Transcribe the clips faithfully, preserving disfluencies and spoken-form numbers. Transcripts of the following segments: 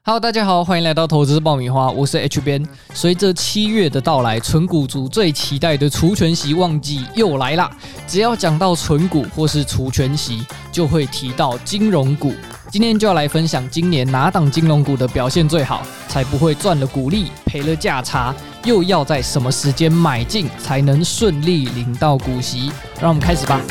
Hello， 大家好，欢迎来到投资爆米花，我是 H 边。随着七月的到来，存股族最期待的除权息旺季又来啦。只要讲到存股或是除权息，就会提到金融股。今天就要来分享今年哪档金融股的表现最好，才不会赚了股利赔了价差，又要在什么时间买进才能顺利领到股息。让我们开始吧。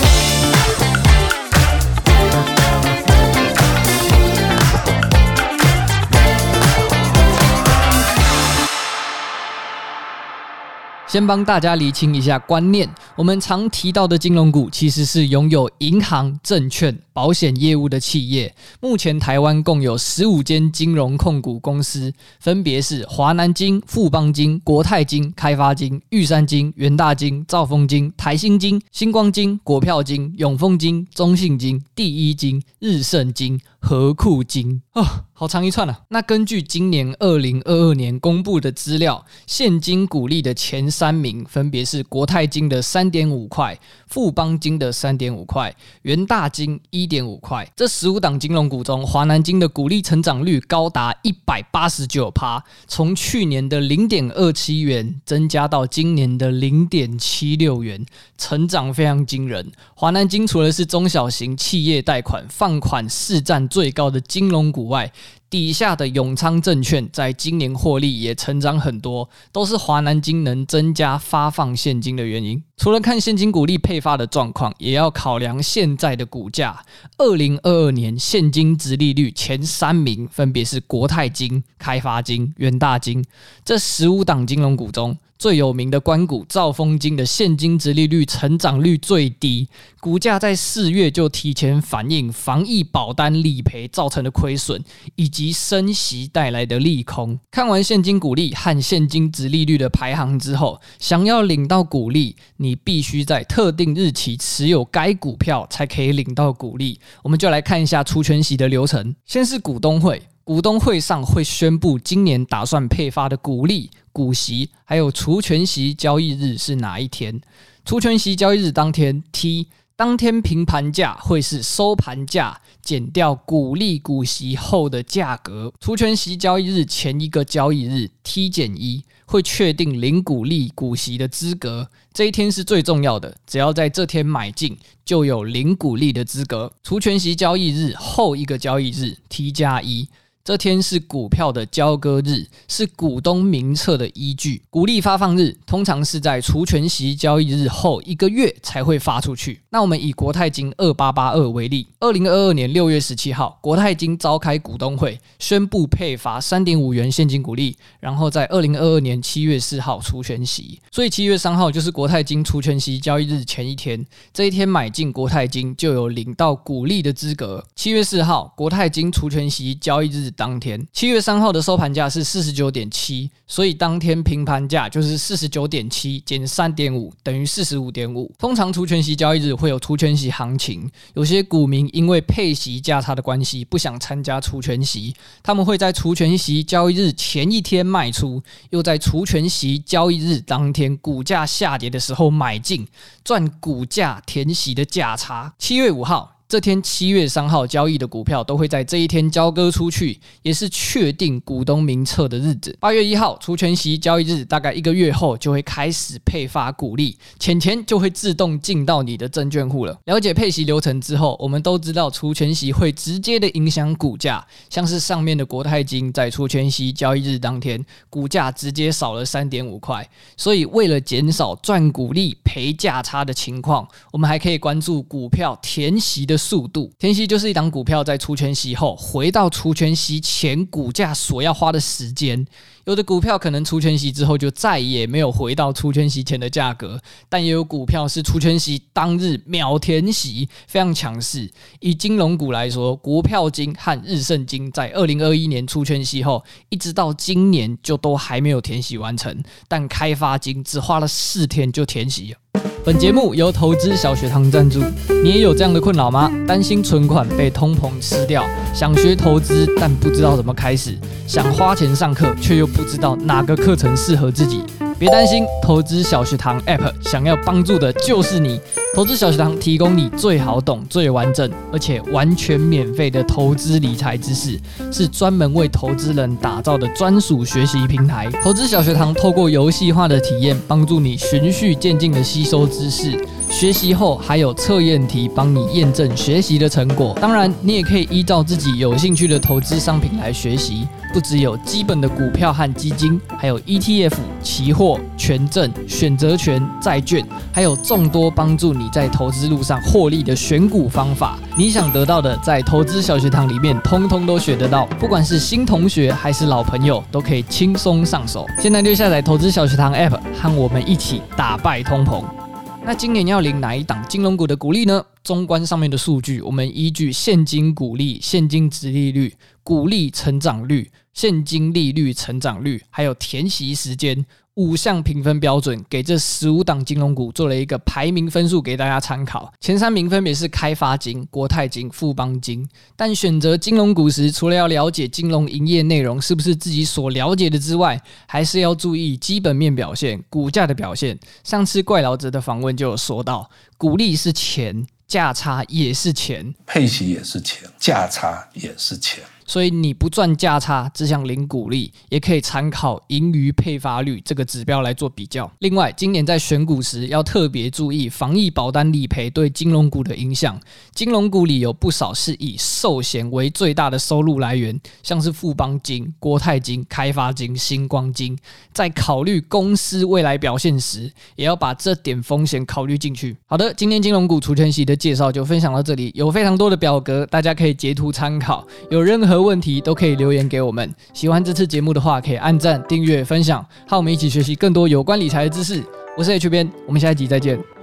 先帮大家厘清一下观念，我们常提到的金融股其实是拥有银行、证券、保险业务的企业。目前台湾共有十五间金融控股公司，分别是华南金、富邦金、国泰金、开发金、玉山金、元大金、兆丰金、台新金、星光金、国票金、永丰金、中信金、第一金、日盛金、和库金。哦，好长一串啊。那根据今年二零二二年公布的资料，现金股利的前三名分别是国泰金的 三点五 块、富邦金的 三点五 块、元大金 一点五 块。这十五档金融股中，华南金的股利成长率高达 百分之一百八十九， 从去年的 零点二七元增加到今年的 零点七六元，成长非常惊人。华南金除了是中小型企业贷款放款市占最高的金融股外，底下的永昌证券在今年获利也成长很多，都是华南金能增加发放现金的原因。除了看现金股利配发的状况，也要考量现在的股价。二零二二年现金殖利率前三名分别是国泰金、开发金、元大金。这十五档金融股中，最有名的官股兆丰金的现金殖利率成长率最低，股价在四月就提前反映防疫保单理赔造成的亏损，以及升息带来的利空。看完现金股利和现金殖利率的排行之后，想要领到股利，你必须在特定日期持有该股票才可以领到股利。我们就来看一下除权息的流程。先是股东会，股东会上会宣布今年打算配发的股利、股息，还有除权息交易日是哪一天。除权息交易日当天 T， 当天平盘价会是收盘价减掉股利股息后的价格。除权息交易日前一个交易日 T 减一，会确定领股利股息的资格。这一天是最重要的，只要在这天买进，就有领股利的资格。除权息交易日后一个交易日 T 加一，这天是股票的交割日，是股东名册的依据。股利发放日通常是在除权息交易日后一个月才会发出去。那我们以国泰金二八八二为例，二零二二年六月十七号，国泰金召开股东会，宣布配发 三点五元现金股利，然后在二零二二年七月四号除权息。所以七月三号就是国泰金除权息交易日前一天，这一天买进国泰金就有领到股利的资格。七月四号，国泰金除权息交易日当天，七月三号的收盘价是 四十九点七， 所以当天平盘价就是 四十九点七 减 三点五 等于 四十五点五。 通常除权息交易日会有除权息行情，有些股民因为配息价差的关系不想参加除权息，他们会在除权息交易日前一天卖出，又在除权息交易日当天股价下跌的时候买进，赚股价填息的价差。七月五号这天七月三号交易的股票都会在这一天交割出去，也是确定股东名册的日子。八月一号除权息交易日大概一个月后就会开始配发股利，钱钱就会自动进到你的证券户了。了解配息流程之后，我们都知道除权息会直接的影响股价，像是上面的国泰金在除权息交易日当天股价直接少了 三点五 块，所以为了减少赚股利赔价差的情况，我们还可以关注股票填息的速度。填息就是一档股票在除权息后回到除权息前股价所要花的时间。有的股票可能除权息之后就再也没有回到除权息前的价格，但也有股票是除权息当日秒填息，非常强势。以金融股来说，国票金和日盛金在二零二一年除权息后，一直到今年就都还没有填息完成，但开发金只花了四天就填息了。本节目由投资小学堂赞助。你也有这样的困扰吗？担心存款被通膨吃掉，想学投资但不知道怎么开始，想花钱上课却又不知道哪个课程适合自己。 别担心，投资小学堂 App 想要帮助的就是你。投资小学堂提供你最好懂、最完整，而且完全免费的投资理财知识，是专门为投资人打造的专属学习平台。投资小学堂透过游戏化的体验，帮助你循序渐进的吸收知识。学习后还有测验题帮你验证学习的成果。当然，你也可以依照自己有兴趣的投资商品来学习。不只有基本的股票和基金，还有 E T F、期货、权证、选择权、债券，还有众多帮助你在投资路上获利的选股方法。你想得到的，在投资小学堂里面通通都学得到。不管是新同学还是老朋友，都可以轻松上手。现在就下载投资小学堂 App， 和我们一起打败通膨。那今年要领哪一档金融股的股利呢？纵观上面的数据，我们依据现金股利、现金殖利率、股利成长率、现金利率成长率，还有填息时间五项评分标准，给这十五档金融股做了一个排名分数给大家参考。前三名分别是开发金、国泰金、富邦金。但选择金融股时，除了要了解金融营业内容是不是自己所了解的之外，还是要注意基本面表现、股价的表现。上次怪老者的访问就有说到，股利是钱，价差也是钱， 配息也是钱，价差也是钱。 所以你不赚价差，只想领股利，也可以参考盈余配发率这个指标来做比较。另外，今年在选股时要特别注意防疫保单理赔对金融股的影响。金融股里有不少是以寿险为最大的收入来源，像是富邦金、国泰金、开发金、星光金。在考虑公司未来表现时，也要把这点风险考虑进去。好的，今天金融股除权息的介绍就分享到这里，有非常多的表格，大家可以截图参考。有任何问题都可以留言给我们。喜欢这次节目的话，可以按赞、订阅、分享，和我们一起学习更多有关理财的知识。我是 H 边，我们下一集再见。